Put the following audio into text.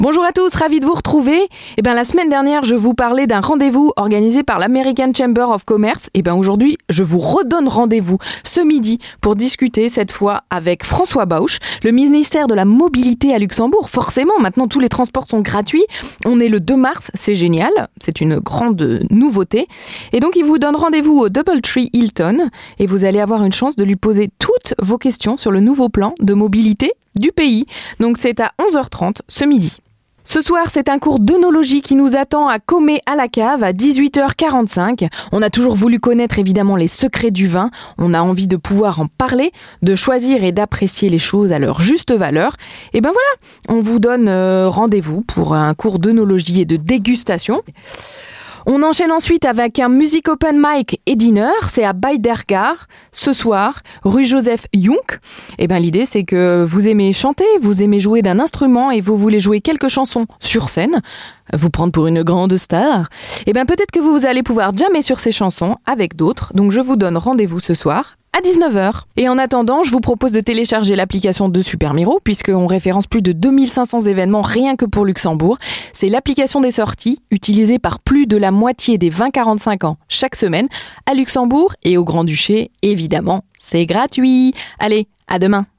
Bonjour à tous, ravi de vous retrouver. La semaine dernière, je vous parlais d'un rendez-vous organisé par l'American Chamber of Commerce. Aujourd'hui, je vous redonne rendez-vous ce midi pour discuter cette fois avec François Bausch, le ministère de la Mobilité à Luxembourg. Forcément, maintenant tous les transports sont gratuits. On est le 2 mars, c'est génial, c'est une grande nouveauté. Et donc, il vous donne rendez-vous au Doubletree Hilton et vous allez avoir une chance de lui poser toutes vos questions sur le nouveau plan de mobilité du pays. Donc, c'est à 11h30 ce midi. Ce soir, c'est un cours d'œnologie qui nous attend à Comé à la cave à 18h45. On a toujours voulu connaître évidemment les secrets du vin. On a envie de pouvoir en parler, de choisir et d'apprécier les choses à leur juste valeur. Voilà, on vous donne rendez-vous pour un cours d'œnologie et de dégustation. On enchaîne ensuite avec un music open mic et dinner, c'est à Beidergar, ce soir, rue Joseph Junk. L'idée c'est que vous aimez chanter, vous aimez jouer d'un instrument et vous voulez jouer quelques chansons sur scène, vous prendre pour une grande star. Peut-être que vous allez pouvoir jammer sur ces chansons avec d'autres, donc je vous donne rendez-vous ce soir à 19h. Et en attendant, je vous propose de télécharger l'application de Super Miro, puisqu'on référence plus de 2500 événements rien que pour Luxembourg. C'est l'application des sorties, utilisée par plus de la moitié des 20-45 ans chaque semaine, à Luxembourg et au Grand-Duché, évidemment. C'est gratuit. Allez, à demain.